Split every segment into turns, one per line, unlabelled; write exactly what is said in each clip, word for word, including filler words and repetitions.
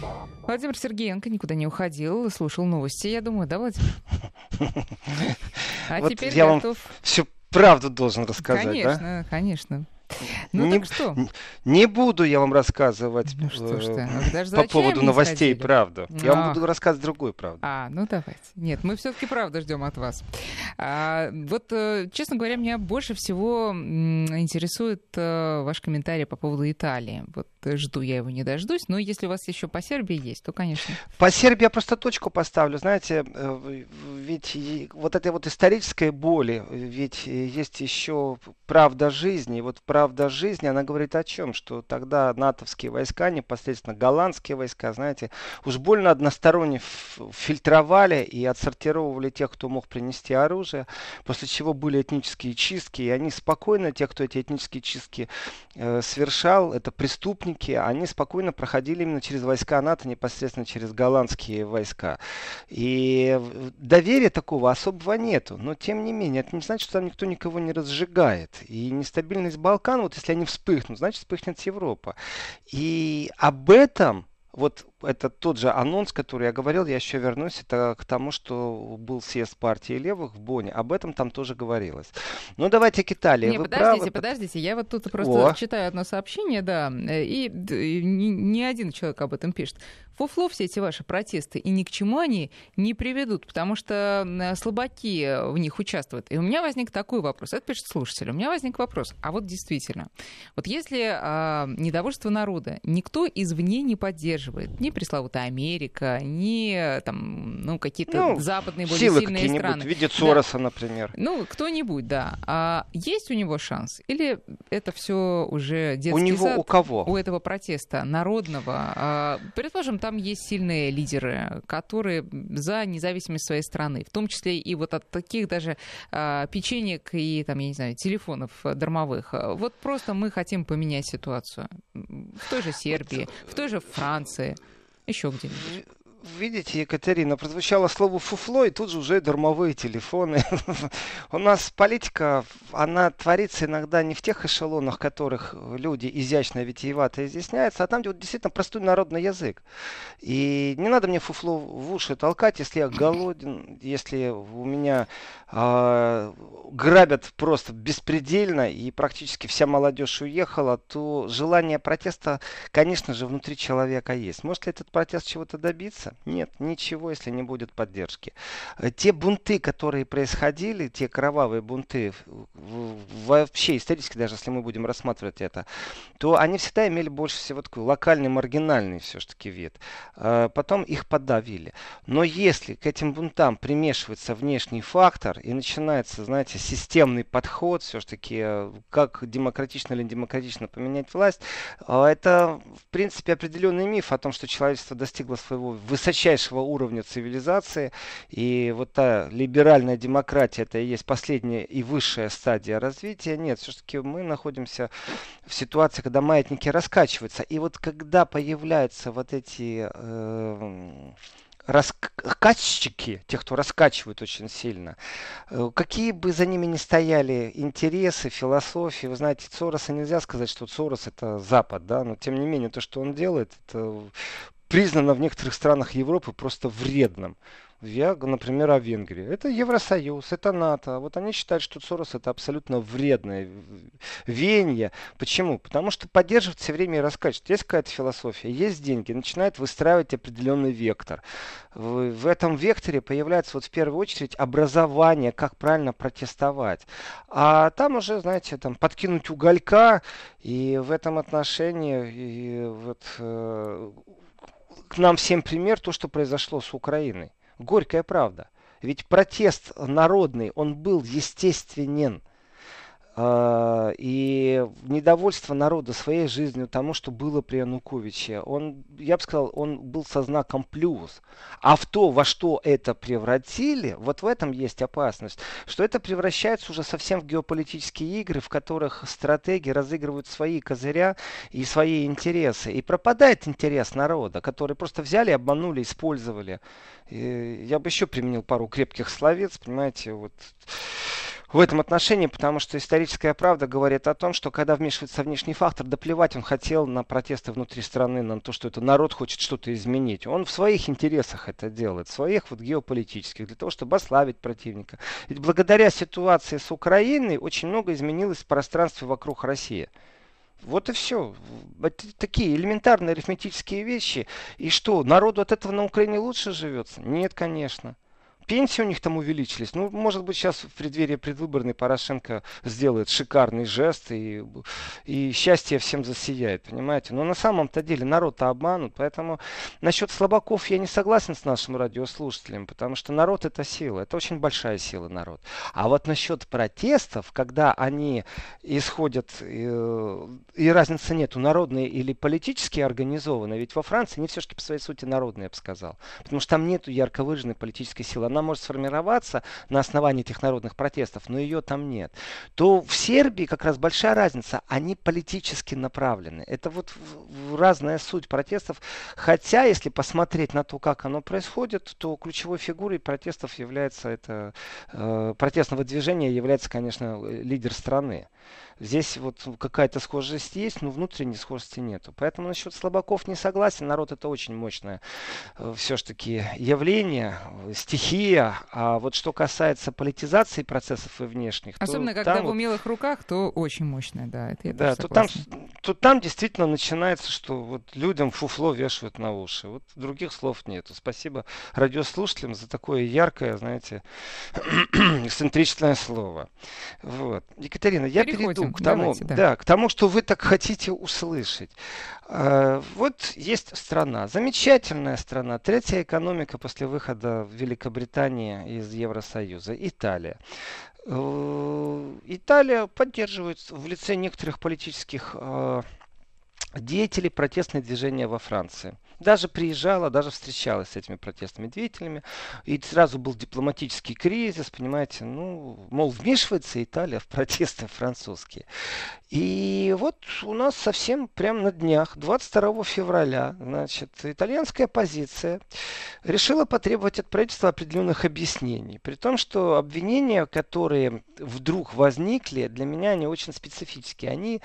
Владимир Сергеенко никуда не уходил, слушал новости. Я думаю, да, Владимир? А
Вот
теперь
я
готов.
вам всю правду должен рассказать,
Конечно,
да?
конечно. Ну
не,
так что?
Не буду я вам рассказывать
Ну что ж ты,
э,
даже за
по
чаем
поводу
не
новостей
сходили?
правду. Я вам
Ах.
буду рассказывать другую правду.
А, ну давайте. Нет, мы все-таки правду ждем от вас. А, вот, э, честно говоря, меня больше всего м, интересует э, ваш комментарий по поводу Италии. Вот э, жду я его, не дождусь. Но если у вас еще по Сербии есть, то, конечно.
По Сербии я просто точку поставлю. Знаете, э, ведь и вот этой вот исторической боли, ведь есть еще правда жизни. И вот правда жизни, она говорит о чем? Что тогда натовские войска, непосредственно голландские войска, знаете, уж больно односторонне фильтровали и отсортировывали тех, кто мог принести оружие, после чего были этнические чистки, и они спокойно, те, кто эти этнические чистки э, совершал, это преступники, они спокойно проходили именно через войска НАТО, непосредственно через голландские войска. И доверия такого особого нету, но тем не менее, это не значит, что там никто никого не разжигает. И нестабильность Балкан, вот если они вспыхнут, значит вспыхнет Европа. И об этом, вот это тот же анонс, который я говорил, я еще вернусь, это к тому, что был съезд партии левых в Бонне, об этом там тоже говорилось. Ну давайте к Италии.
Не,
Вы
подождите,
правы?
подождите, я вот тут просто
О.
читаю одно сообщение, да, и, и не, не один человек об этом пишет. Фуфло все эти ваши протесты, и ни к чему они не приведут, потому что слабаки в них участвуют. И у меня возник такой вопрос, это пишет слушатель, у меня возник вопрос, а вот действительно, вот если а, недовольство народа никто извне не поддерживает, ни пресловутая Америка, ни там, ну, какие-то
Ну,
западные более
силы
сильные
какие-нибудь,
страны.
в виде
Да.
Сороса, например.
Ну, кто-нибудь, да. А есть у него шанс? Или это все уже детский
У него,
сад
у кого?
у этого протеста народного? А, предположим, там есть сильные лидеры, которые за независимость своей страны, в том числе и вот от таких даже а, печенек и, там, я не знаю, телефонов дармовых. Вот просто мы хотим поменять ситуацию. В той же Сербии, в той же Франции, еще где-нибудь.
Видите, Екатерина, прозвучало слово «фуфло», и тут же уже дармовые телефоны. У нас политика, она творится иногда не в тех эшелонах, в которых люди изящно, витиевато изъясняются, а там, где вот действительно простой народный язык. И не надо мне фуфло в уши толкать, если я голоден, если у меня э, грабят просто беспредельно, и практически вся молодежь уехала, то желание протеста, конечно же, внутри человека есть. Может ли этот протест чего-то добиться? Нет, ничего, если не будет поддержки. Те бунты, которые происходили, те кровавые бунты, вообще исторически, даже если мы будем рассматривать это, то они всегда имели больше всего такой локальный, маргинальный все-таки вид. Потом их подавили. Но если к этим бунтам примешивается внешний фактор и начинается, знаете, системный подход, все-таки как демократично или демократично поменять власть, это, в принципе, определенный миф о том, что человечество достигло своего высочайшего уровня цивилизации, и вот та либеральная демократия, это и есть последняя и высшая стадия развития. Нет, все-таки мы находимся в ситуации, когда маятники раскачиваются. И вот когда появляются вот эти э, раскаччики, те, кто раскачивают очень сильно, э, какие бы за ними ни стояли интересы, философии, вы знаете, Сороса нельзя сказать, что Сорос это Запад, да, но тем не менее то, что он делает, это признано в некоторых странах Европы просто вредным. Я, например, о Венгрии. Это Евросоюз, это НАТО. Вот они считают, что Сорос это абсолютно вредное веяние. Почему? Потому что поддерживает все время и раскачивает. Есть какая-то философия, есть деньги, начинает выстраивать определенный вектор. В, в этом векторе появляется вот в первую очередь образование, как правильно протестовать. А там уже, знаете, там подкинуть уголька, и в этом отношении и вот, э, к нам всем пример то, что произошло с Украиной. Горькая правда. Ведь протест народный, он был естественен. И недовольство народа своей жизнью тому, что было при Януковиче, он, я бы сказал, он был со знаком плюс. А в то, во что это превратили, вот в этом есть опасность, что это превращается уже совсем в геополитические игры, в которых стратеги разыгрывают свои козыря и свои интересы. И пропадает интерес народа, который просто взяли, обманули, использовали. И я бы еще применил пару крепких словец, понимаете, вот... в этом отношении, потому что историческая правда говорит о том, что когда вмешивается внешний фактор, да плевать он хотел на протесты внутри страны, на то, что это народ хочет что-то изменить. Он в своих интересах это делает, в своих вот геополитических, для того, чтобы ослабить противника. Ведь благодаря ситуации с Украиной очень много изменилось в пространстве вокруг России. Вот и все. Это такие элементарные арифметические вещи. И что, народу от этого на Украине лучше живется? Нет, конечно. Пенсии у них там увеличились. Ну, может быть, сейчас в преддверии предвыборной Порошенко сделает шикарный жест и, и счастье всем засияет, понимаете? Но на самом-то деле народ-то обманут, поэтому насчет слабаков я не согласен с нашим радиослушателем, потому что народ это сила, это очень большая сила народ. А вот насчет протестов, когда они исходят, и, и разницы нету, народные или политически организованные, ведь во Франции они все-таки по своей сути народные, я бы сказал, потому что там нету ярко выраженной политической силы. Она может сформироваться на основании этих народных протестов, но ее там нет. То в Сербии как раз большая разница, они политически направлены. Это вот разная суть протестов. Хотя, если посмотреть на то, как оно происходит, то ключевой фигурой протестов является это, э, протестного движения является, конечно, лидер страны. Здесь вот какая-то схожесть есть, но внутренней схожести нету. Поэтому насчет слабаков не согласен. Народ это очень мощное э, все-таки явление, стихия. А вот что касается политизации процессов и внешних,
особенно
то
когда
там
в
вот,
умелых руках, то очень мощное, да. Это я
да,
тоже
то там,
согласна.
то там действительно начинается, что вот людям фуфло вешают на уши. Вот других слов нету. Спасибо радиослушателям за такое яркое, знаете, эксцентричное слово. Вот. Екатерина, я
Переходим.
перейду к тому,
Давайте, да.
да, к тому, что вы так хотите услышать. А, вот есть страна, замечательная страна, третья экономика после выхода Великобритании из Евросоюза, Италия. Э, Италия поддерживает в лице некоторых политических э, деятелей протестные движения во Франции. Даже приезжала, даже встречалась с этими протестными деятелями. И сразу был дипломатический кризис, понимаете. Ну, мол, вмешивается Италия в протесты французские. И вот у нас совсем прямо на днях, двадцать второго февраля, значит, итальянская оппозиция решила потребовать от правительства определенных объяснений. При том, что обвинения, которые вдруг возникли, для меня они очень специфические. Они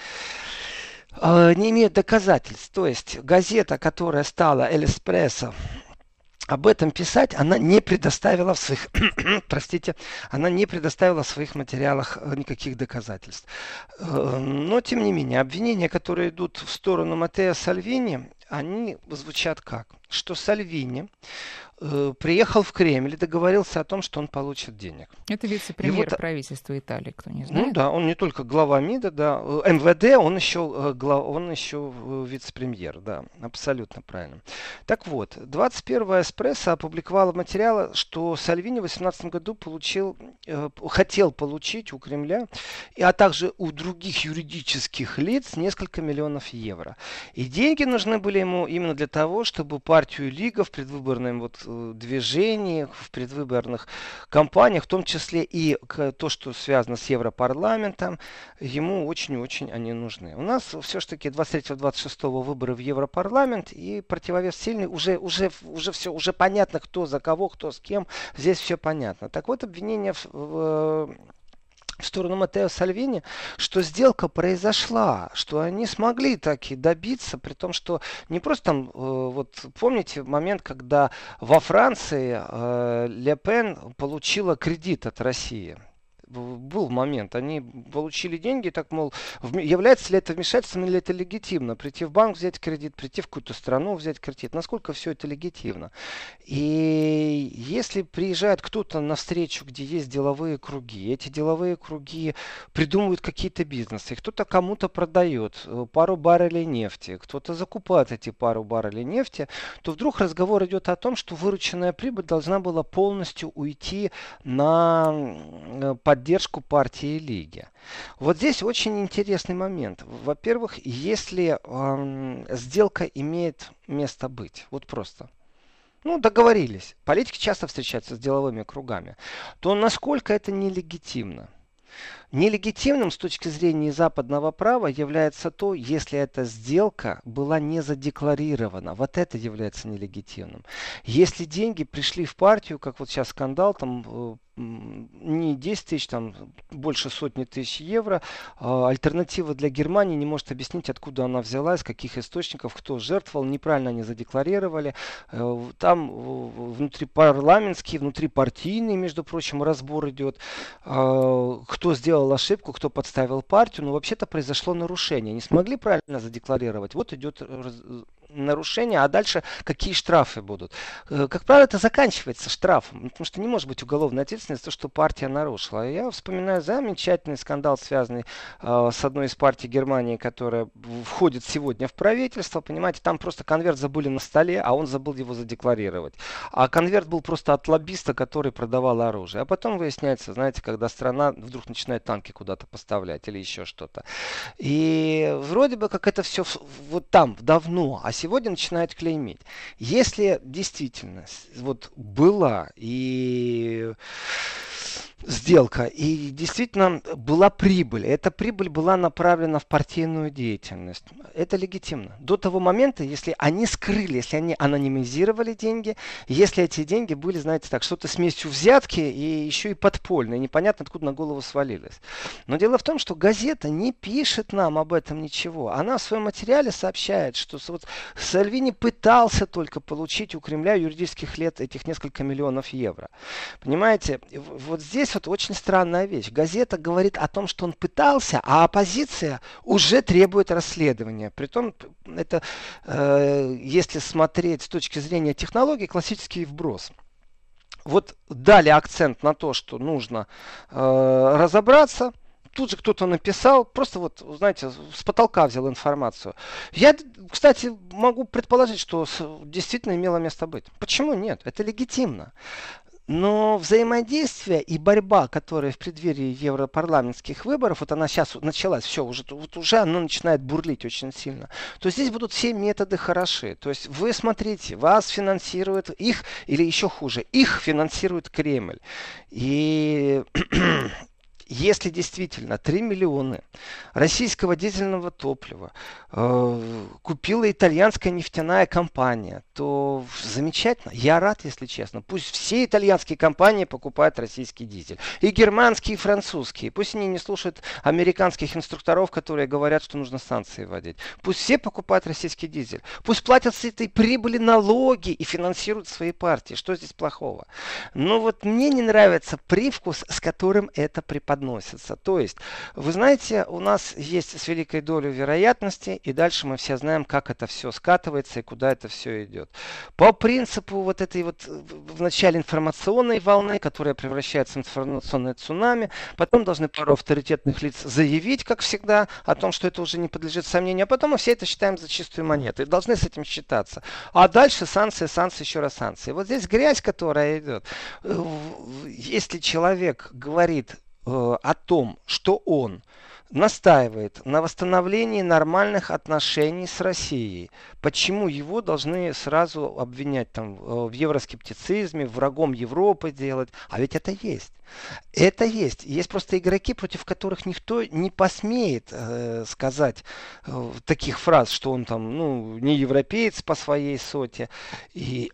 не имеют доказательств. То есть газета, которая стала «Эль Эспрессо», об этом писать, она не предоставила в своих, простите, она не предоставила в своих материалах никаких доказательств. Но, тем не менее, обвинения, которые идут в сторону Маттео Сальвини, они звучат как? Что Сальвини э, приехал в Кремль и договорился о том, что он получит денег.
Это вице-премьер
вот,
правительства Италии, кто не знает.
Ну да, он не только глава МИДа, да, эм вэ дэ, он еще, глав, он еще вице-премьер, да, абсолютно правильно. Так вот, двадцать первая «Эспрессо» опубликовала материалы, что Сальвини в две тысячи восемнадцатом году получил, э, хотел получить у Кремля, а также у других юридических лиц несколько миллионов евро. И деньги нужны были ему именно для того, чтобы партию Лига в предвыборном вот, движении, в предвыборных кампаниях, в том числе и то, что связано с Европарламентом, ему очень-очень они нужны. У нас все-таки двадцать третьего двадцать шестого выборы в Европарламент, и противовес сильный, уже, уже, уже все, уже понятно, кто за кого, кто с кем, здесь все понятно. Так вот, обвинение в, в в сторону Маттео Сальвини, что сделка произошла, что они смогли таки добиться, при том, что не просто там, э, вот помните момент, когда во Франции э, Ле Пен получила кредит от России. Был момент, они получили деньги, так, мол, является ли это вмешательством или это легитимно? Прийти в банк, взять кредит, прийти в какую-то страну, взять кредит. Насколько все это легитимно? И если приезжает кто-то на встречу, где есть деловые круги, эти деловые круги придумывают какие-то бизнесы, кто-то кому-то продает пару баррелей нефти, кто-то закупает эти пару баррелей нефти, то вдруг разговор идет о том, что вырученная прибыль должна была полностью уйти на поддержку партии Лиги. Вот здесь очень интересный момент. Во-первых, если э, сделка имеет место быть, вот просто, ну, договорились, политики часто встречаются с деловыми кругами, то насколько это нелегитимно? Нелегитимным с точки зрения западного права является то, если эта сделка была не задекларирована. Вот это является нелегитимным. Если деньги пришли в партию, как вот сейчас скандал, там не десять тысяч, там больше сотни тысяч евро. Альтернатива для Германии не может объяснить, откуда она взялась, каких источников, кто жертвовал, неправильно они задекларировали. Там внутрипарламентский, внутрипартийный, между прочим, разбор идет. Кто сделал ошибку, кто подставил партию, но вообще-то произошло нарушение. Не смогли правильно задекларировать. Вот идет нарушение, а дальше какие штрафы будут. Как правило, это заканчивается штрафом, потому что не может быть уголовной ответственности за то, что партия нарушила. Я вспоминаю замечательный скандал, связанный э, с одной из партий Германии, которая входит сегодня в правительство. Понимаете, там просто конверт забыли на столе, а он забыл его задекларировать. А конверт был просто от лоббиста, который продавал оружие. А потом выясняется, знаете, когда страна вдруг начинает танки куда-то поставлять или еще что-то. И вроде бы как это все вот там, давно, а сегодня начинают клеймить. Если действительно вот была и сделка, и действительно была прибыль, эта прибыль была направлена в партийную деятельность, это легитимно. До того момента, если они скрыли, если они анонимизировали деньги, если эти деньги были, знаете так, что-то смесью взятки и еще и подпольные, непонятно откуда на голову свалились. Но дело в том, что газета не пишет нам об этом ничего. Она в своем материале сообщает, что вот Сальвини пытался только получить у Кремля юридических лет этих несколько миллионов евро. Понимаете, вот здесь вот очень странная вещь. Газета говорит о том, что он пытался, а оппозиция уже требует расследования. Притом, это, э, если смотреть с точки зрения технологий, классический вброс. Вот дали акцент на то, что нужно э, разобраться. Тут же кто-то написал, просто вот, знаете, с потолка взял информацию. Я, кстати, могу предположить, что действительно имело место быть. Почему нет? Это легитимно. Но взаимодействие и борьба, которая в преддверии европарламентских выборов, вот она сейчас началась, все, уже, вот уже она начинает бурлить очень сильно, то здесь будут все методы хороши. То есть вы смотрите, вас финансирует их, или еще хуже, их финансирует Кремль. И если действительно три миллиона российского дизельного топлива э, купила итальянская нефтяная компания, то замечательно. Я рад, если честно. Пусть все итальянские компании покупают российский дизель. И германские, и французские. Пусть они не слушают американских инструкторов, которые говорят, что нужно санкции вводить. Пусть все покупают российский дизель. Пусть платят с этой прибыли налоги и финансируют свои партии. Что здесь плохого? Но вот мне не нравится привкус, с которым это преподносится. То есть, вы знаете, у нас есть с великой долей вероятности, и дальше мы все знаем, как это все скатывается и куда это все идет. По принципу вот этой вот в начале информационной волны, которая превращается в информационное цунами, потом должны пару авторитетных лиц заявить, как всегда, о том, что это уже не подлежит сомнению, а потом мы все это считаем за чистую монету и должны с этим считаться. А дальше санкции, санкции, еще раз санкции. Вот здесь грязь, которая идет. Если человек говорит о том, что он настаивает на восстановлении нормальных отношений с Россией, почему его должны сразу обвинять там, в евроскептицизме, врагом Европы делать? А ведь это есть. Это есть. Есть просто игроки, против которых никто не посмеет э, сказать э, таких фраз, что он там ну, не европеец по своей соте и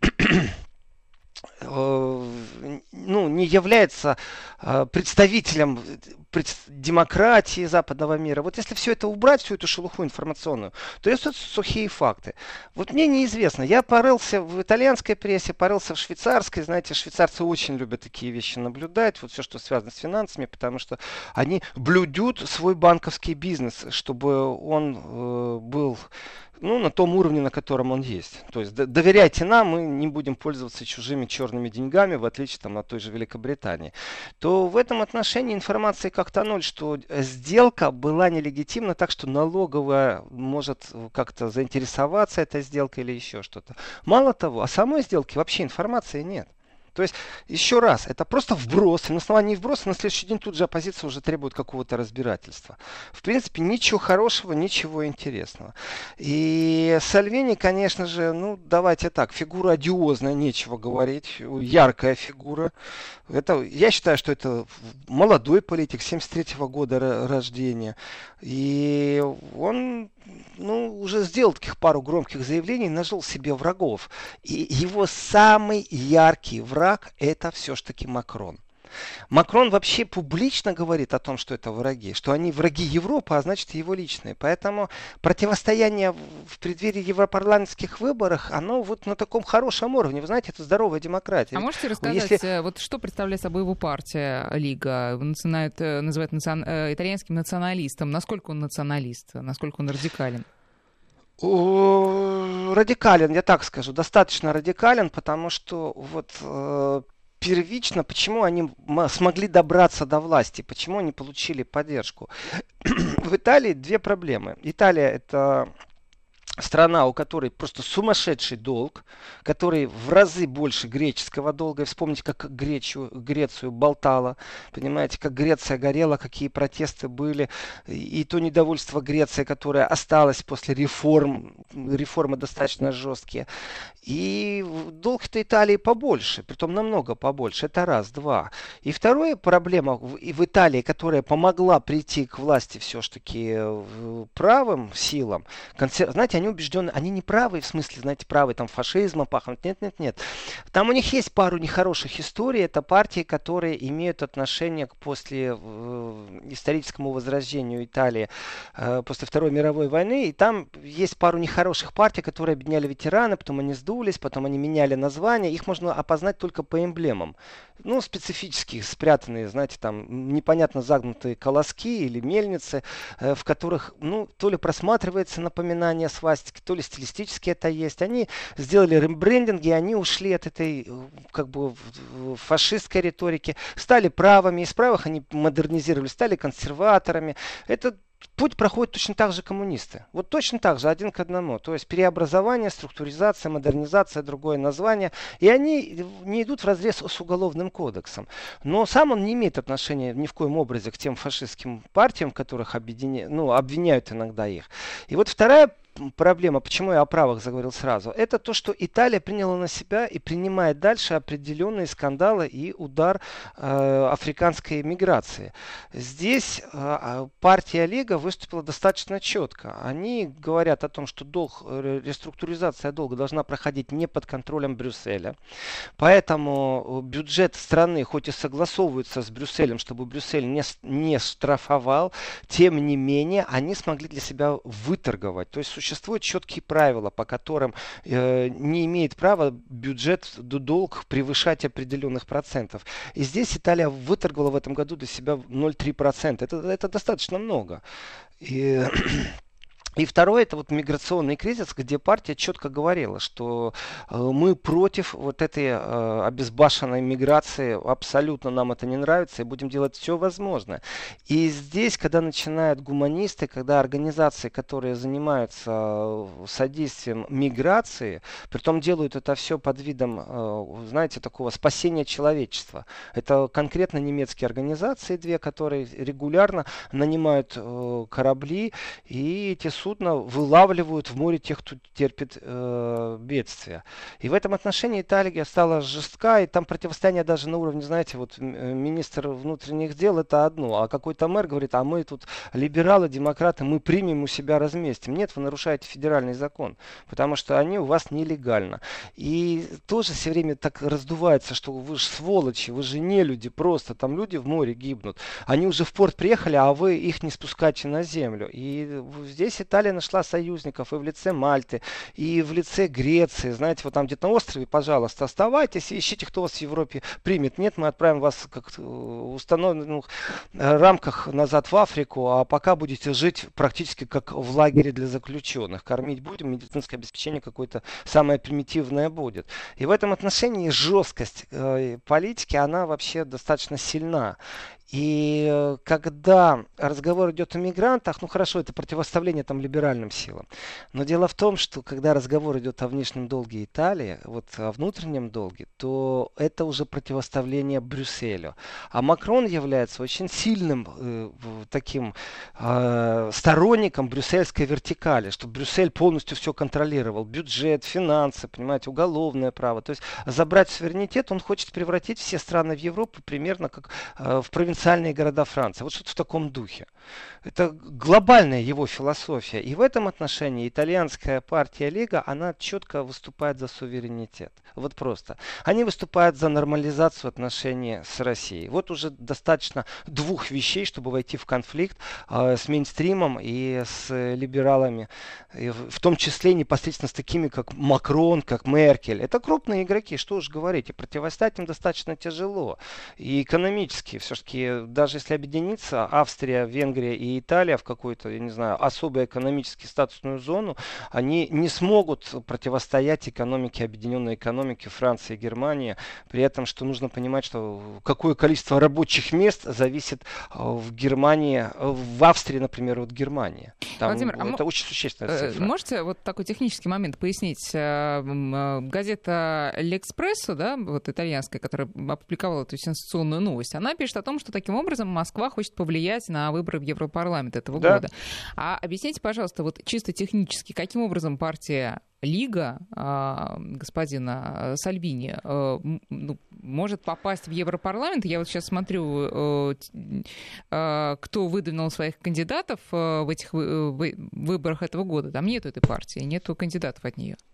ну, не является э, представителем пред, демократии западного мира. Вот если все это убрать, всю эту шелуху информационную, то есть это сухие факты. Вот мне неизвестно. Я порылся в итальянской прессе, порылся в швейцарской. Знаете, швейцарцы очень любят такие вещи наблюдать. Вот все, что связано с финансами, потому что они блюдут свой банковский бизнес, чтобы он э, был ну, на том уровне, на котором он есть. То есть доверяйте нам, мы не будем пользоваться чужими черными деньгами, в отличие там, от той же Великобритании. То в этом отношении информации как-то ноль, что сделка была нелегитимна, так что налоговая может как-то заинтересоваться этой сделкой или еще что-то. Мало того, о самой сделке вообще информации нет. То есть, еще раз, это просто вброс. И на основании вброса на следующий день тут же оппозиция уже требует какого-то разбирательства. В принципе, ничего хорошего, ничего интересного. И Сальвини, конечно же, ну, давайте так, фигура одиозная, нечего говорить. Яркая фигура. Это, я считаю, что это молодой политик, семьдесят третьего года рождения. И он ну, уже сделал таких пару громких заявлений, нажил себе врагов. И его самый яркий враг это все-таки Макрон. Макрон вообще публично говорит о том, что это враги, что они враги Европы, а значит его личные. Поэтому противостояние в преддверии европарламентских выборов, оно вот на таком хорошем уровне. Вы знаете, это здоровая демократия.
А
Ведь
можете рассказать,
если...
вот что представляет собой его партия Лига? Называют, называют национ... итальянским националистом. Насколько он националист? Насколько он радикален?
Радикален, я так скажу, достаточно радикален, потому что вот э, первично, почему они смогли добраться до власти, почему они получили поддержку. В Италии две проблемы. Италия это страна, у которой просто сумасшедший долг, который в разы больше греческого долга. Вспомните, как Гречу, Грецию болтала, понимаете, как Греция горела, какие протесты были, и то недовольство Греции, которое осталось после реформ, реформы достаточно жесткие. И долг-то Италии побольше, притом намного побольше. Это раз, два. И вторая проблема в, в Италии, которая помогла прийти к власти все-таки правым силам, консер... знаете, они убеждены, они не правые, в смысле, знаете, правые, там, фашизма пахнут. Нет, нет, нет. Там у них есть пару нехороших историй. Это партии, которые имеют отношение к после э, историческому возрождению Италии э, после Второй мировой войны. И там есть пару нехороших партий, которые объединяли ветераны, потом они сдулись, потом они меняли название. Их можно опознать только по эмблемам. Ну, специфические, спрятанные, знаете, там, непонятно загнутые колоски или мельницы, э, в которых, ну, то ли просматривается напоминание свастики, то ли стилистически это есть. Они сделали рембрендинг, и они ушли от этой как бы фашистской риторики, стали правыми, из правых они модернизировали, стали консерваторами. Это путь проходит точно так же коммунисты. Вот точно так же, один к одному. То есть переобразование, структуризация, модернизация, другое название. И они не идут вразрез с уголовным кодексом. Но сам он не имеет отношения ни в коем образе к тем фашистским партиям, которых объединя... ну, обвиняют иногда их. И вот вторая проблема, почему я о правых заговорил сразу, это то, что Италия приняла на себя и принимает дальше определенные скандалы и удар э, африканской миграции. Здесь э, партия Лига выступила достаточно четко. Они говорят о том, что долг, реструктуризация долга должна проходить не под контролем Брюсселя. Поэтому бюджет страны, хоть и согласовывается с Брюсселем, чтобы Брюссель не, не штрафовал, тем не менее они смогли для себя выторговать. То есть существуют четкие правила, по которым э, не имеет права бюджет, долг превышать определенных процентов. И здесь Италия выторговала в этом году для себя ноль целых три десятых процента. Это, это достаточно много. И... И второе, это вот миграционный кризис, где партия четко говорила, что э, мы против вот этой э, обезбашенной миграции, абсолютно нам это не нравится, и будем делать все возможное. И здесь, когда начинают гуманисты, когда организации, которые занимаются содействием миграции, притом делают это все под видом, э, знаете, такого спасения человечества. Это конкретно немецкие организации, две, которые регулярно нанимают э, корабли, и эти судно вылавливают в море тех, кто терпит э, бедствия. И в этом отношении Италия стала жестка, и там противостояние даже на уровне, знаете, вот министр внутренних дел это одно, а какой-то мэр говорит, а мы тут либералы, демократы, мы примем у себя, разместим. Нет, вы нарушаете федеральный закон, потому что они у вас нелегально. И тоже все время так раздувается, что вы же сволочи, вы же не люди, просто там люди в море гибнут. Они уже в порт приехали, а вы их не спускаете на землю. И здесь Италия нашла союзников и в лице Мальты, и в лице Греции. Знаете, вот там где-то на острове, пожалуйста, оставайтесь и ищите, кто вас в Европе примет. Нет, мы отправим вас как в установленных рамках назад в Африку, а пока будете жить практически как в лагере для заключенных. Кормить будем, медицинское обеспечение какое-то самое примитивное будет. И в этом отношении жесткость э, политики, она вообще достаточно сильна. И когда разговор идет о мигрантах, ну хорошо, это противоставление там либеральным силам. Но дело в том, что когда разговор идет о внешнем долге Италии, вот о внутреннем долге, то это уже противоставление Брюсселю. А Макрон является очень сильным э, таким э, сторонником брюссельской вертикали, чтобы Брюссель полностью все контролировал. Бюджет, финансы, понимаете, уголовное право. То есть забрать суверенитет, он хочет превратить все страны в Европу примерно как э, в провинциальные города Франции. Вот что-то в таком духе. Это глобальная его философия. И в этом отношении итальянская партия Лига, она четко выступает за суверенитет. Вот просто. Они выступают за нормализацию отношений с Россией. Вот уже достаточно двух вещей, чтобы войти в конфликт э, с мейнстримом и с либералами. И в, в том числе непосредственно с такими, как Макрон, как Меркель. Это крупные игроки, что уж говорить. И противостоять им достаточно тяжело. И экономически, все-таки, даже если объединиться, Австрия, Венгрия и Италия в какую-то, я не знаю, особую экономически статусную зону, они не смогут противостоять экономике, объединенной экономике Франции и Германии. При этом, что нужно понимать, что какое количество рабочих мест зависит в Германии, в Австрии, например, от Германии. Там
Владимир,
это
а
очень существенная цифра.
Можете вот такой технический момент пояснить? Газета «L'Espresso», да, вот итальянская, которая опубликовала эту сенсационную новость, она пишет о том, что таким образом Москва хочет повлиять на выборы в Европарламент этого да. года. А объясните, пожалуйста, вот чисто технически, каким образом партия Лига господина Сальвини ну, может попасть в Европарламент? Я вот сейчас смотрю, кто выдвинул своих кандидатов в этих выборах этого года. Там нету этой партии, нету кандидатов от нее.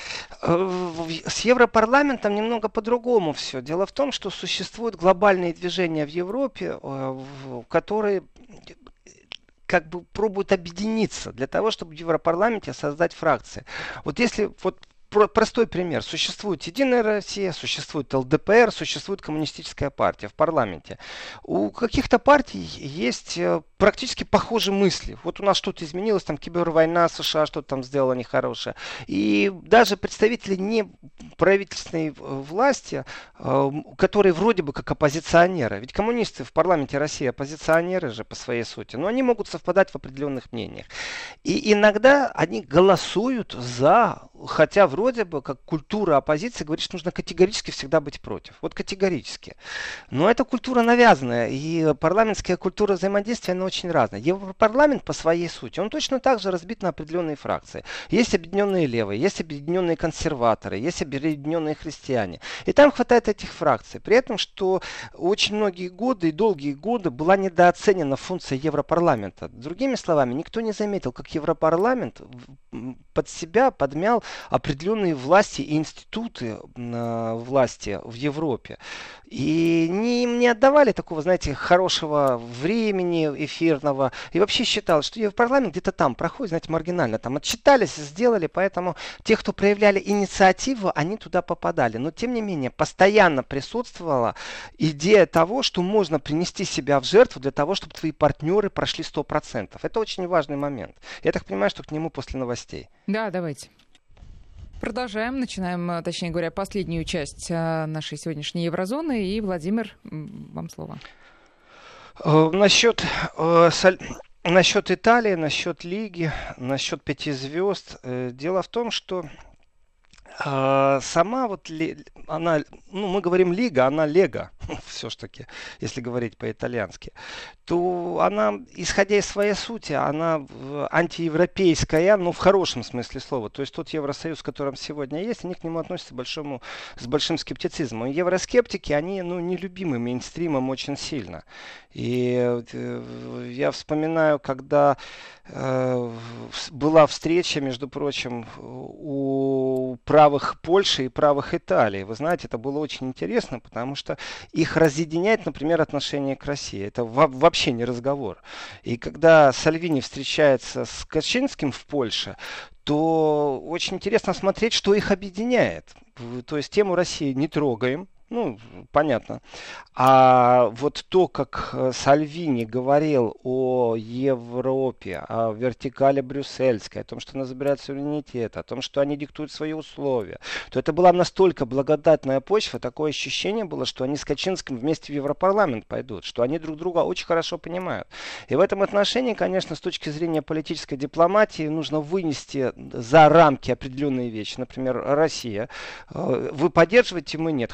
С Европарламентом немного по-другому все. Дело в том, что существуют глобальные движения в Европе, которые как бы пробуют объединиться для того, чтобы в Европарламенте создать фракции. Вот если вот простой пример. Существует Единая Россия, существует эл дэ пэ эр, существует Коммунистическая партия в парламенте. У каких-то партий есть практически похожие мысли. Вот у нас что-то изменилось, там кибервойна, США что-то там сделала нехорошее. И даже представители не правительственной власти, которые вроде бы как оппозиционеры, ведь коммунисты в парламенте России оппозиционеры же по своей сути, но они могут совпадать в определенных мнениях. И иногда они голосуют за, хотя вроде бы как культура оппозиции говорит, что нужно категорически всегда быть против. Вот категорически. Но эта культура навязанная, и парламентская культура взаимодействия, она очень разная. Европарламент по своей сути, он точно так же разбит на определенные фракции. Есть объединенные левые, есть объединенные консерваторы, есть объединенные христиане. И там хватает этих фракций. При этом, что очень многие годы и долгие годы была недооценена функция Европарламента. Другими словами, никто не заметил, как Европарламент под себя подмял определенные власти и институты э, власти в Европе. И не, им не отдавали такого, знаете, хорошего времени эфирного. И вообще считалось, что Европарламент где-то там проходит, знаете, маргинально. Там отчитались, сделали, поэтому те, кто проявляли инициативу, они туда попадали. Но, тем не менее, постоянно присутствовала идея того, что можно принести себя в жертву для того, чтобы твои партнеры прошли сто процентов. Это очень важный момент. Я так понимаю, что к нему после новостей.
Да, давайте. Продолжаем. Начинаем, точнее говоря, последнюю часть нашей сегодняшней еврозоны. И, Владимир, вам слово.
Насчет, насчет Италии, насчет Лиги, насчет пяти звезд. Дело в том, что сама вот она, ну мы говорим Лига, она Лего, все-таки, если говорить по-итальянски, то она, исходя из своей сути, она антиевропейская, но в хорошем смысле слова. То есть тот Евросоюз, который сегодня есть, они к нему относятся большому, с большим скептицизмом. И евроскептики, они ну, нелюбимы мейнстримом очень сильно. И я вспоминаю, когда э, была встреча, между прочим, у правых Польши и правых Италии. Вы знаете, это было очень интересно, потому что их разъединяет, например, отношение к России. Это вообще не разговор. И когда Сальвини встречается с Качинским в Польше, то очень интересно смотреть, что их объединяет. То есть тему России не трогаем. Ну, понятно. А вот то, как Сальвини говорил о Европе, о вертикали брюссельской, о том, что она забирает суверенитет, о том, что они диктуют свои условия, то это была настолько благодатная почва, такое ощущение было, что они с Качинским вместе в Европарламент пойдут, что они друг друга очень хорошо понимают. И в этом отношении, конечно, с точки зрения политической дипломатии, нужно вынести за рамки определенные вещи. Например, Россия. Вы поддерживаете, мы нет. Хорошо.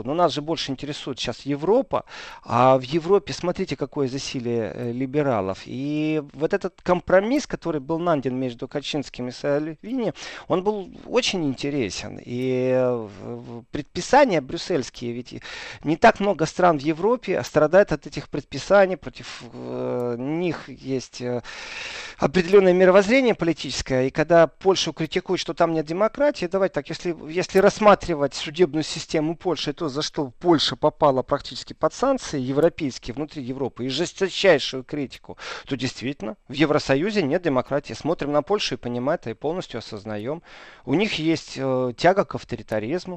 хорошо, но нас же больше интересует сейчас Европа, а в Европе, смотрите, какое засилие э, либералов. И вот этот компромисс, который был найден между Качинским и Сальвини, он был очень интересен. И э, предписания брюссельские, ведь не так много стран в Европе страдают от этих предписаний, против э, них есть э, определенное мировоззрение политическое, и когда Польшу критикуют, что там нет демократии, давайте так, если, если рассматривать судебную систему Польши, то за что Польша попала практически под санкции европейские внутри Европы и жесточайшую критику, то действительно в Евросоюзе нет демократии. Смотрим на Польшу и понимаем это, и полностью осознаем. У них есть э, тяга к авторитаризму,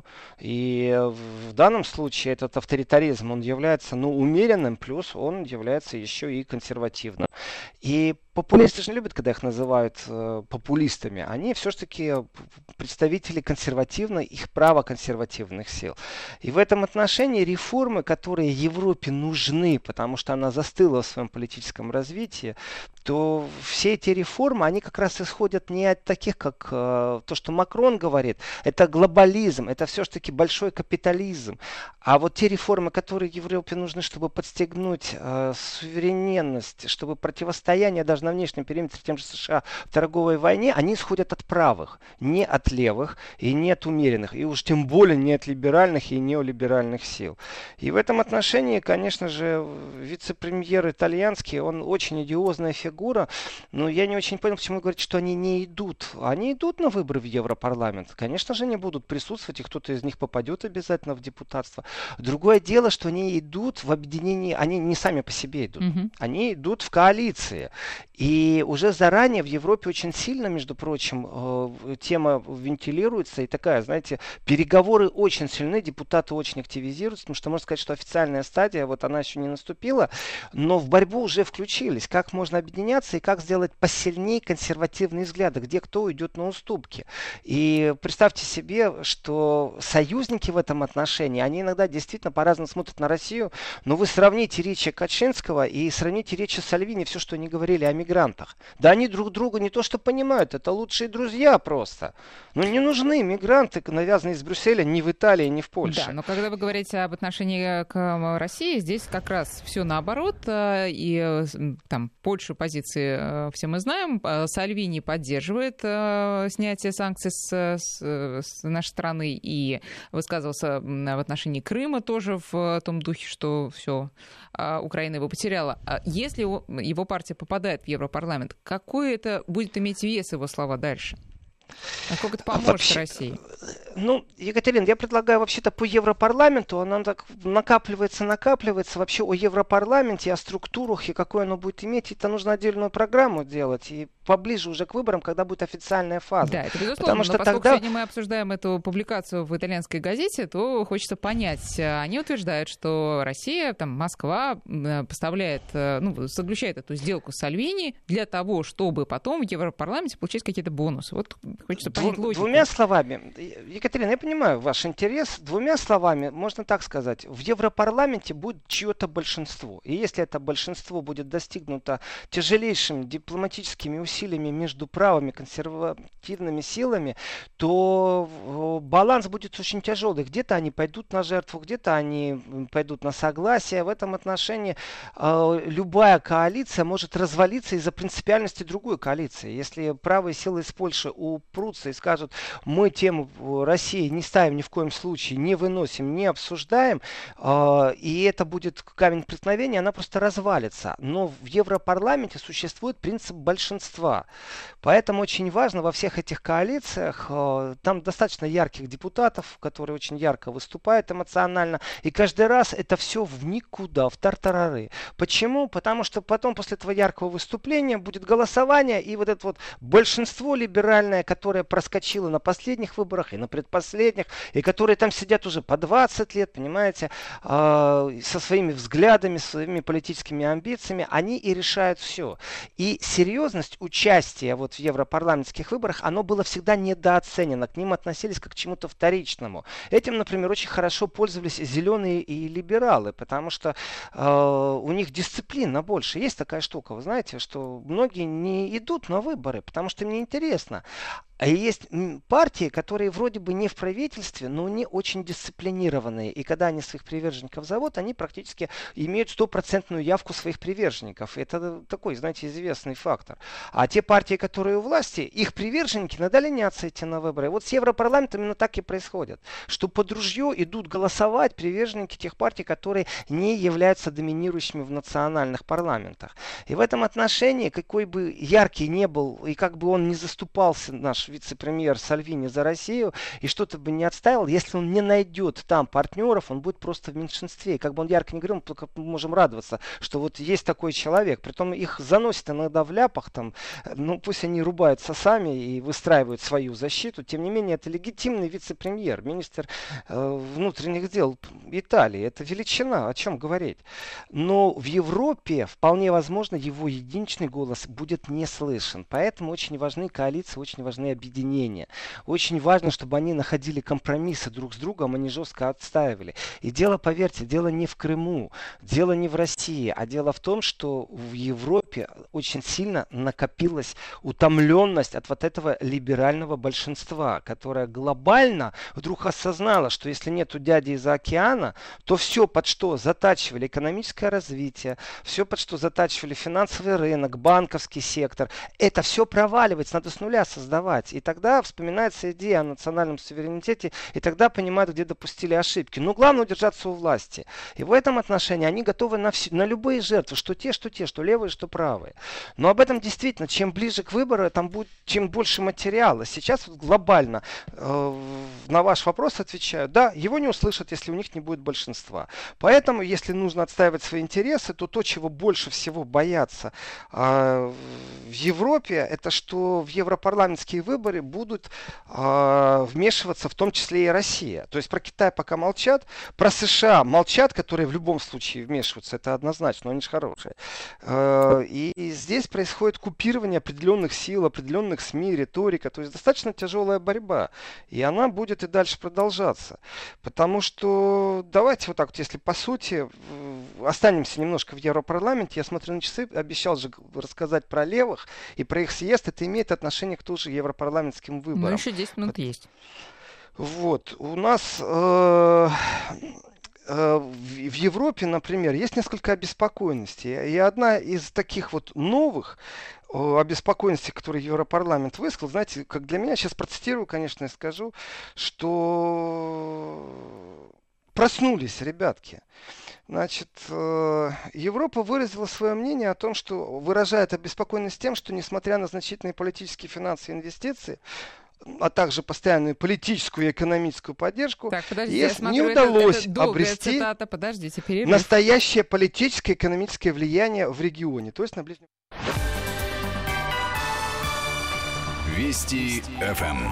и в, в данном случае этот авторитаризм, он является, ну, умеренным, плюс он является еще и консервативным. И популисты же не любят, когда их называют э, популистами. Они все-таки представители консервативных, их правоконсервативных сил. И в этом отношении реформы, которые Европе нужны, потому что она застыла в своем политическом развитии, то все эти реформы, они как раз исходят не от таких, как э, то, что Макрон говорит. Это глобализм, это все-таки большой капитализм. А вот те реформы, которые Европе нужны, чтобы подстегнуть э, суверенность, чтобы противостояние даже на внешнем периметре тем же США в торговой войне, они исходят от правых, не от левых и не от умеренных, и уж тем более не от либеральных и неолиберальных сил. И в этом отношении, конечно же, вице-премьер итальянский, он очень идиозная фигура, но я не очень понял, почему говорит, что они не идут. Они идут на выборы в Европарламент. Конечно же, они будут присутствовать, и кто-то из них попадет обязательно в депутатство. Другое дело, что они идут в объединении, они не сами по себе идут, mm-hmm. они идут в коалиции. И уже заранее в Европе очень сильно, между прочим, э, тема вентилируется. И такая, знаете, переговоры очень сильны, депутаты очень активизируются, потому что можно сказать, что официальная стадия, вот она еще не наступила, но в борьбу уже включились. Как можно объединяться и как сделать посильнее консервативные взгляды, где кто уйдет на уступки. И представьте себе, что союзники в этом отношении, они иногда действительно по-разному смотрят на Россию, но вы сравните речи Качинского и сравните речи Сальвини, все, что они говорили о мигрантах. Да они друг друга не то что понимают, это лучшие друзья просто. Ну не нужны мигранты, навязанные из Брюсселя, ни в Италии, ни в Польше.
Да, но когда вы говорите об отношении к России, здесь как раз все наоборот. И там Польшу позиции все мы знаем. Сальвини поддерживает снятие санкций с, с, с нашей страны и высказывался в отношении Крыма тоже в том духе, что все, Украина его потеряла. Если его партия попадает в Европарламент, какой это будет иметь вес его слова дальше? Насколько это поможет Вообще, России?
Ну, Екатерина, я предлагаю вообще-то по Европарламенту, она так накапливается, накапливается. Вообще о Европарламенте, о структурах и какой оно будет иметь, это нужно отдельную программу делать. И поближе уже к выборам, когда будет официальная фаза.
Да, это безусловно.
Потому
но
что
поскольку
тогда...
сегодня мы обсуждаем эту публикацию в итальянской газете, то хочется понять. Они утверждают, что Россия, там, Москва поставляет, ну, соглашает эту сделку с Сальвини для того, чтобы потом в Европарламенте получить какие-то бонусы. Вот хочется понять
Дву-
логику.
Двумя словами, Екатерина, я понимаю ваш интерес. Двумя словами, можно так сказать, в Европарламенте будет чье-то большинство. И если это большинство будет достигнуто тяжелейшими дипломатическими усилиями между правыми консервативными силами, то баланс будет очень тяжелый. Где-то они пойдут на жертву, где-то они пойдут на согласие. В этом отношении э, любая коалиция может развалиться из-за принципиальности другой коалиции. Если правые силы из Польши упрутся и скажут, мы тему России не ставим ни в коем случае, не выносим, не обсуждаем, э, и это будет камень преткновения, она просто развалится. Но в Европарламенте существует принцип большинства. Поэтому очень важно во всех этих коалициях, э, там достаточно ярких депутатов, которые очень ярко выступают эмоционально, и каждый раз это все в никуда, в тартарары. Почему? Потому что потом после этого яркого выступления будет голосование, и вот это вот большинство либеральное, которое проскочило на последних выборах и на предпоследних, и которые там сидят уже по двадцать лет, понимаете, э, со своими взглядами, своими политическими амбициями, они и решают все. И серьезность участия вот в европарламентских выборах, оно было всегда недооценено, к ним относились как к чему-то вторичному. Этим, например, очень хорошо пользовались зеленые и либералы, потому что э, у них дисциплина больше. Есть такая штука, вы знаете, что многие не идут на выборы, потому что им неинтересно. А есть партии, которые вроде бы не в правительстве, но они очень дисциплинированные. И когда они своих приверженников зовут, они практически имеют стопроцентную явку своих приверженников. Это такой, знаете, известный фактор. А те партии, которые у власти, их приверженники надо ленятся идти на выборы. Вот с Европарламентом именно так и происходит. Что под ружье идут голосовать приверженники тех партий, которые не являются доминирующими в национальных парламентах. И в этом отношении, какой бы яркий не был, и как бы он не заступался, наш вице-премьер Сальвини, за Россию, и что-то бы не отставил, если он не найдет там партнеров, он будет просто в меньшинстве. И как бы он ярко не говорил, мы только можем радоваться, что вот есть такой человек. Притом их заносит иногда в ляпах, там, ну пусть они рубаются сами и выстраивают свою защиту. Тем не менее, это легитимный вице-премьер, министр э, внутренних дел Италии. Это величина, о чем говорить. Но в Европе вполне возможно его единичный голос будет не слышен. Поэтому очень важны коалиции, очень важны объединения. Очень важно, чтобы они находили компромиссы друг с другом, они жестко отстаивали. И дело, поверьте, дело не в Крыму, дело не в России, а дело в том, что в Европе очень сильно накопилась утомленность от вот этого либерального большинства, которое глобально вдруг осознало, что если нету дяди из-за океана, то все, под что затачивали экономическое развитие, все, под что затачивали финансовый рынок, банковский сектор, это все проваливается, надо с нуля создавать. И тогда вспоминается идея о национальном суверенитете, и тогда понимают, где допустили ошибки. Но главное удержаться у власти. И в этом отношении они готовы на, все, на любые жертвы, что те, что те, что левые, что правые. Но об этом действительно, чем ближе к выбору, там будет, чем больше материала. Сейчас вот глобально э, на ваш вопрос отвечаю, да, его не услышат, если у них не будет большинства. Поэтому, если нужно отстаивать свои интересы, то то, чего больше всего боятся э, в Европе, это что в европарламентские выборы будут э, вмешиваться в том числе и Россия. То есть про Китай пока молчат, про США молчат, которые в любом случае вмешиваются, это однозначно, они же хорошие. Э, и, и здесь происходит купирование определенных сил, определенных СМИ, риторика, то есть достаточно тяжелая борьба. И она будет и дальше продолжаться. Потому что, давайте вот так вот, если по сути, останемся немножко в Европарламенте, я смотрю на часы, обещал же рассказать про левых и про их съезд, это имеет отношение к тоже европарламентским выборам.
Ну, еще десять минут есть.
Вот, у нас э, э, в, в Европе, например, есть несколько обеспокоенностей. И одна из таких вот новых э, обеспокоенностей, которые Европарламент высказал, знаете, как для меня, сейчас процитирую, конечно, и скажу, что проснулись, ребятки. Значит, Европа выразила свое мнение о том, что выражает обеспокоенность тем, что несмотря на значительные политические, финансовые инвестиции, а также постоянную политическую и экономическую поддержку,
так, подождите,
ЕС
смотрю,
не удалось
это, это
обрести
цитата. Подождите, перерыв.
настоящее политическое и экономическое влияние в регионе, то есть на Ближнем.
Вести эф эм.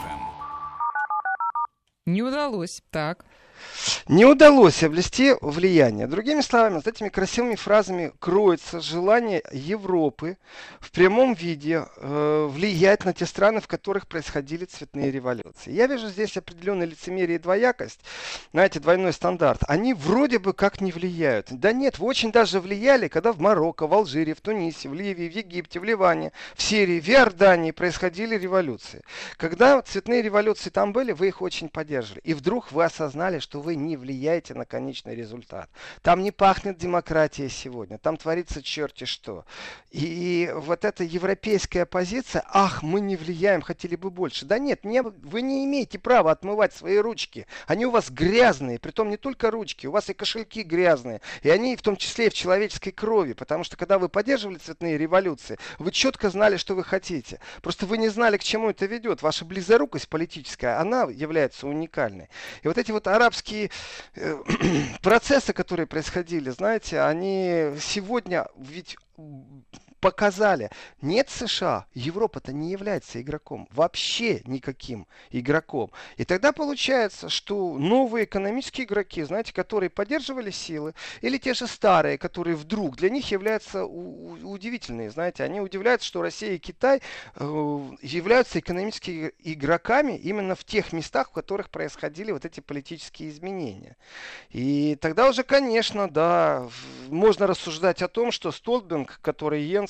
Не удалось, так.
Не удалось обрести влияние. Другими словами, за этими красивыми фразами кроется желание Европы в прямом виде э, влиять на те страны, в которых происходили цветные революции. Я вижу здесь определенное лицемерие и двоякость, знаете, двойной стандарт. Они вроде бы как не влияют. Да нет, вы очень даже влияли, когда в Марокко, в Алжире, в Тунисе, в Ливии, в Египте, в Ливане, в Сирии, в Иордании происходили революции. Когда цветные революции там были, вы их очень поддерживали. И вдруг вы осознали, что вы не влияете на конечный результат. Там не пахнет демократией сегодня, там творится черти что. И, и вот эта европейская позиция, ах, мы не влияем, хотели бы больше. Да нет, не, вы не имеете права отмывать свои ручки. Они у вас грязные, притом не только ручки, у вас и кошельки грязные. И они в том числе и в человеческой крови, потому что когда вы поддерживали цветные революции, вы четко знали, что вы хотите. Просто вы не знали, к чему это ведет. Ваша близорукость политическая, она является уникальной. И вот эти вот арабские процессы, которые происходили, знаете, они сегодня ведь показали, нет США, Европа-то не является игроком, вообще никаким игроком. И тогда получается, что новые экономические игроки, знаете, которые поддерживали силы, или те же старые, которые вдруг для них являются у- у- удивительные, знаете, они удивляются, что Россия и Китай э, являются экономическими игроками именно в тех местах, в которых происходили вот эти политические изменения. И тогда уже, конечно, да, можно рассуждать о том, что Столтенберг, который Йенс,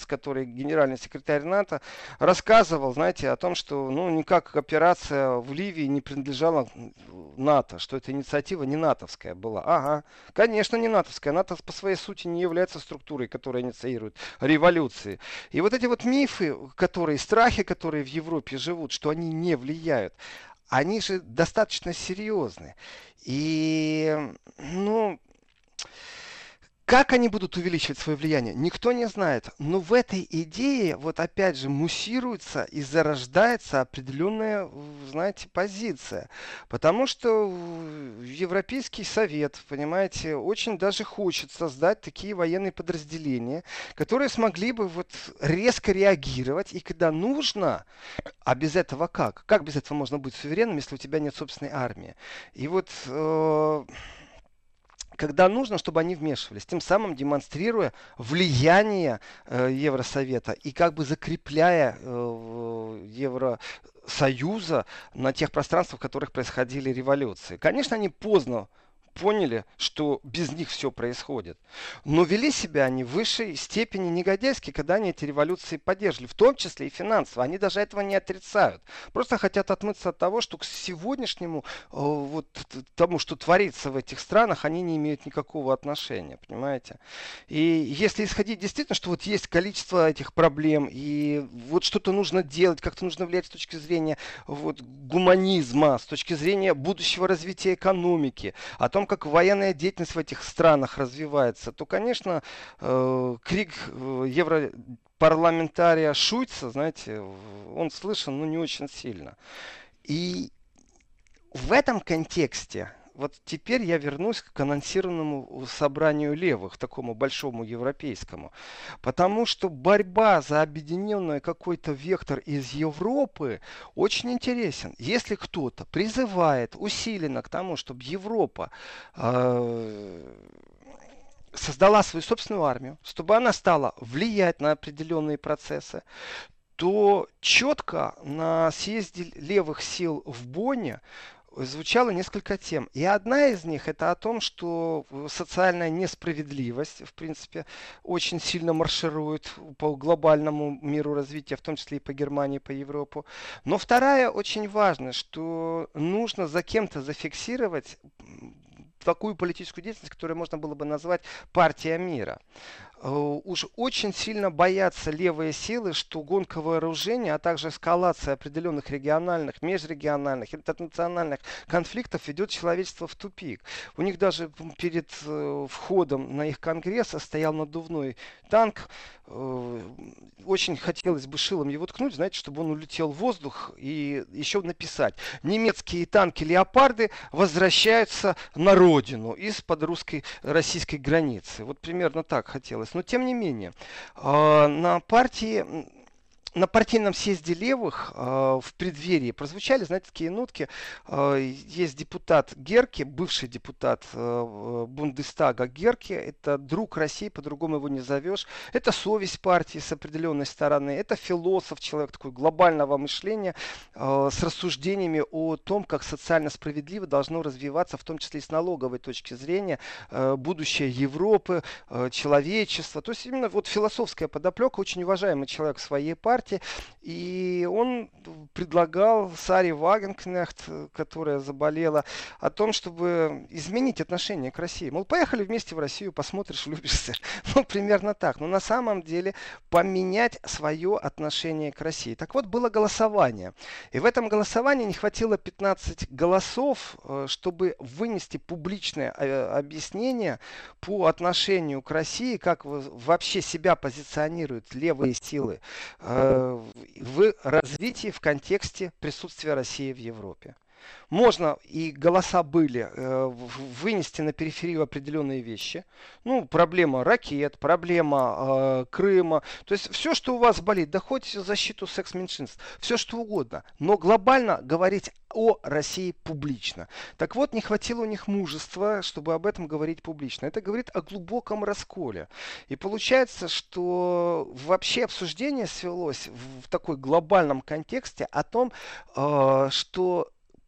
Шульц, который генеральный секретарь НАТО, рассказывал, знаете, о том, что ну, никак операция в Ливии не принадлежала НАТО, что эта инициатива не натовская была. Ага, конечно, не натовская. НАТО по своей сути не является структурой, которая инициирует революции. И вот эти вот мифы, которые, страхи, которые в Европе живут, что они не влияют, они же достаточно серьезны. И, ну, как они будут увеличивать свое влияние, никто не знает. Но в этой идее, вот опять же, муссируется и зарождается определенная, знаете, позиция. Потому что Европейский Совет, понимаете, очень даже хочет создать такие военные подразделения, которые смогли бы вот резко реагировать. И когда нужно, а без этого как? Как без этого можно быть суверенным, если у тебя нет собственной армии? И вот... Э- когда нужно, чтобы они вмешивались, тем самым демонстрируя влияние э, Евросовета и как бы закрепляя э, Евросоюза на тех пространствах, в которых происходили революции. Конечно, они поздно поняли, что без них все происходит. Но вели себя они в высшей степени негодяйски, когда они эти революции поддерживали, в том числе и финансово. Они даже этого не отрицают. Просто хотят отмыться от того, что к сегодняшнему э, вот тому, что творится в этих странах, они не имеют никакого отношения, понимаете? И если исходить действительно, что вот есть количество этих проблем, и вот что-то нужно делать, как-то нужно влиять с точки зрения вот, гуманизма, с точки зрения будущего развития экономики, о том, как военная деятельность в этих странах развивается, то, конечно, э, крик э, европарламентария Шульца, знаете, он слышен, но не очень сильно. И в этом контексте, вот теперь я вернусь к анонсированному собранию левых, такому большому европейскому. Потому что борьба за объединенный какой-то вектор из Европы очень интересен. Если кто-то призывает усиленно к тому, чтобы Европа э, создала свою собственную армию, чтобы она стала влиять на определенные процессы, то четко на съезде левых сил в Бонне звучало несколько тем. И одна из них это о том, что социальная несправедливость, в принципе, очень сильно марширует по глобальному миру развития, в том числе и по Германии, по Европе. Но вторая очень важная, что нужно за кем-то зафиксировать такую политическую деятельность, которую можно было бы назвать партия мира. Уж очень сильно боятся левые силы, что гонка вооружения, а также эскалация определенных региональных, межрегиональных, интернациональных конфликтов ведет человечество в тупик. У них даже перед э, входом на их конгресс стоял надувной танк. Э, очень хотелось бы шилом его ткнуть, знаете, чтобы он улетел в воздух и еще написать: немецкие танки «Леопарды» возвращаются на родину из-под русской, российской границы. Вот примерно так хотелось. Но тем не менее, на партии, на партийном съезде левых в преддверии прозвучали, знаете, такие нотки. Есть депутат Герке, бывший депутат Бундестага Герке, это друг России, по-другому его не зовешь. Это совесть партии с определенной стороны, это философ, человек такой глобального мышления, с рассуждениями о том, как социально справедливо должно развиваться, в том числе и с налоговой точки зрения, будущее Европы, человечества. То есть именно вот философская подоплека, очень уважаемый человек в своей партии. И он предлагал Саре Вагенкнехт, которая заболела, о том, чтобы изменить отношение к России. Мол, поехали вместе в Россию, посмотришь, влюбишься. Ну, примерно так. Но на самом деле поменять свое отношение к России. Так вот, было голосование. И в этом голосовании не хватило пятнадцати голосов, чтобы вынести публичное объяснение по отношению к России, как вообще себя позиционируют левые силы в развитии в контексте присутствия России в Европе. Можно, и голоса были, э, вынести на периферию определенные вещи. Ну, проблема ракет, проблема э, Крыма. То есть все, что у вас болит, да хоть защиту секс-меньшинств, все что угодно. Но глобально говорить о России публично. Так вот, не хватило у них мужества, чтобы об этом говорить публично. Это говорит о глубоком расколе. И получается, что вообще обсуждение свелось в такой глобальном контексте о том, э, что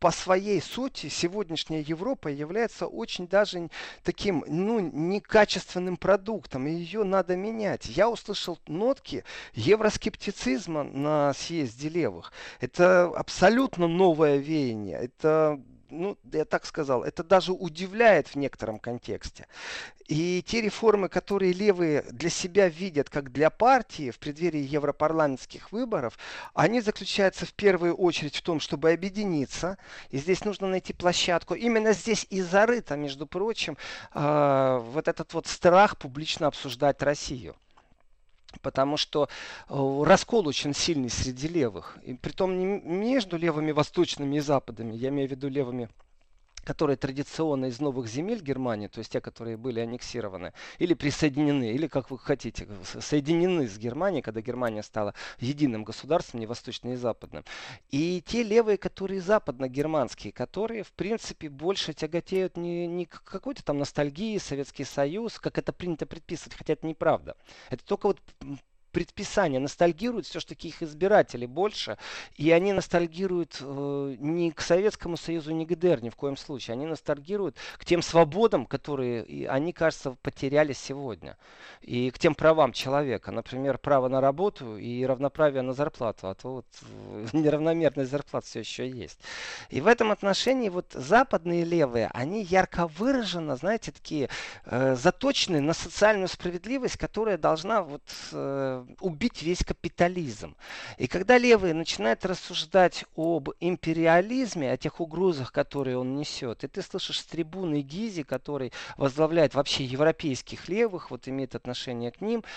по своей сути сегодняшняя Европа является очень даже таким, ну, некачественным продуктом, и ее надо менять. Я услышал нотки евроскептицизма на съезде левых. Это абсолютно новое веяние. Это, ну, я так сказал, это даже удивляет в некотором контексте. И те реформы, которые левые для себя видят, как для партии в преддверии европарламентских выборов, они заключаются в первую очередь в том, чтобы объединиться. И здесь нужно найти площадку. Именно здесь и зарыто, между прочим, э, вот этот вот страх публично обсуждать Россию. Потому что э, раскол очень сильный среди левых. И притом не между левыми восточными и западными, я имею в виду левыми, которые традиционно из новых земель Германии, то есть те, которые были аннексированы, или присоединены, или, как вы хотите, соединены с Германией, когда Германия стала единым государством, не восточным и западным. И те левые, которые западно-германские, которые, в принципе, больше тяготеют не, не к какой-то там ностальгии, Советский Союз, как это принято предписывать, хотя это неправда. Это только вот предписания, ностальгируют все-таки их избиратели больше, и они ностальгируют э, не к Советскому Союзу, не к ГДР ни в коем случае, они ностальгируют к тем свободам, которые и они, кажется, потеряли сегодня, и к тем правам человека, например, право на работу и равноправие на зарплату, а то вот э, неравномерная зарплата все еще есть. И в этом отношении вот западные левые, они ярко выраженно, знаете, такие э, заточены на социальную справедливость, которая должна вот э, убить весь капитализм. И когда левые начинают рассуждать об империализме, о тех угрозах, которые он несет, и ты слышишь с трибуны Гизи, который возглавляет вообще европейских левых, вот имеет отношение к ним,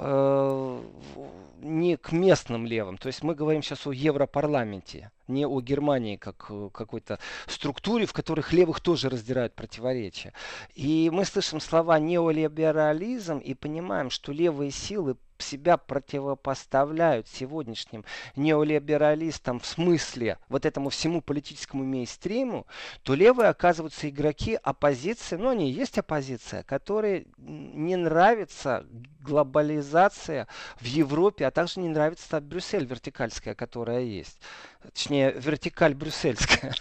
э, не к местным левым. То есть мы говорим сейчас о Европарламенте, не о Германии как какой-то структуре, в которых левых тоже раздирают противоречия. И мы слышим слова неолиберализм и понимаем, что левые силы себя противопоставляют сегодняшним неолибералистам в смысле вот этому всему политическому мейнстриму, то левые оказываются игроки оппозиции, но они и есть оппозиция, которой не нравится глобализация в Европе, а также не нравится Брюссель вертикальская, которая есть. Точнее, вертикаль брюссельская.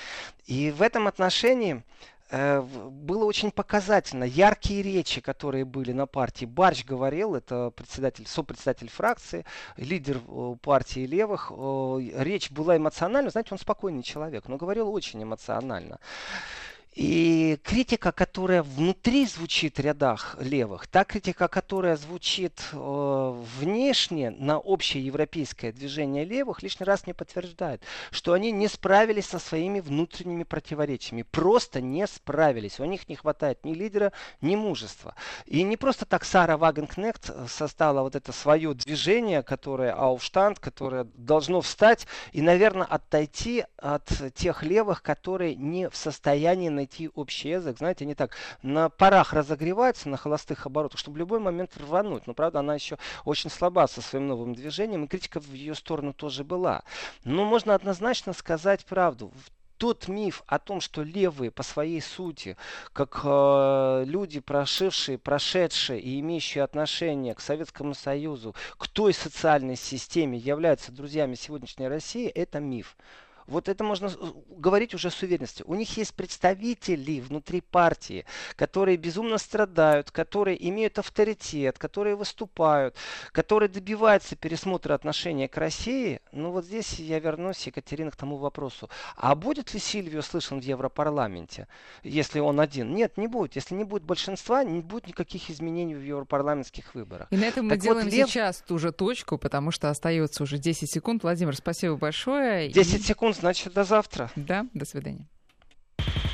И в этом отношении было очень показательно. Яркие речи, которые были на партии. Барч говорил, это председатель, сопредседатель фракции, лидер партии левых. Речь была эмоциональна. Знаете, он спокойный человек, но говорил очень эмоционально. И критика, которая внутри звучит в рядах левых, та критика, которая звучит э, внешне на общее европейское движение левых, лишний раз не подтверждает, что они не справились со своими внутренними противоречиями. Просто не справились. У них не хватает ни лидера, ни мужества. И не просто так Сара Вагенкнехт создала вот это свое движение, которое Aufstand, которое должно встать и, наверное, отойти от тех левых, которые не в состоянии найти найти общий язык. Знаете, они так на парах разогреваются, на холостых оборотах, чтобы в любой момент рвануть. Но, правда, она еще очень слаба со своим новым движением, и критика в ее сторону тоже была. Но можно однозначно сказать правду. Тот миф о том, что левые по своей сути, как э, люди, прошившие, прошедшие и имеющие отношение к Советскому Союзу, к той социальной системе, являются друзьями сегодняшней России, это миф. Вот это можно говорить уже с уверенностью. У них есть представители внутри партии, которые безумно страдают, которые имеют авторитет, которые выступают, которые добиваются пересмотра отношения к России. Ну вот здесь я вернусь, Екатерина, к тому вопросу. А будет ли Сильвио слышен в Европарламенте, если он один? Нет, не будет. Если не будет большинства, не будет никаких изменений в европарламентских выборах.
И на этом
так
мы делаем
вот, лев...
сейчас ту же точку, потому что остается уже десять секунд. Владимир, спасибо большое.
десять секунд. Значит, до завтра.
Да, до свидания.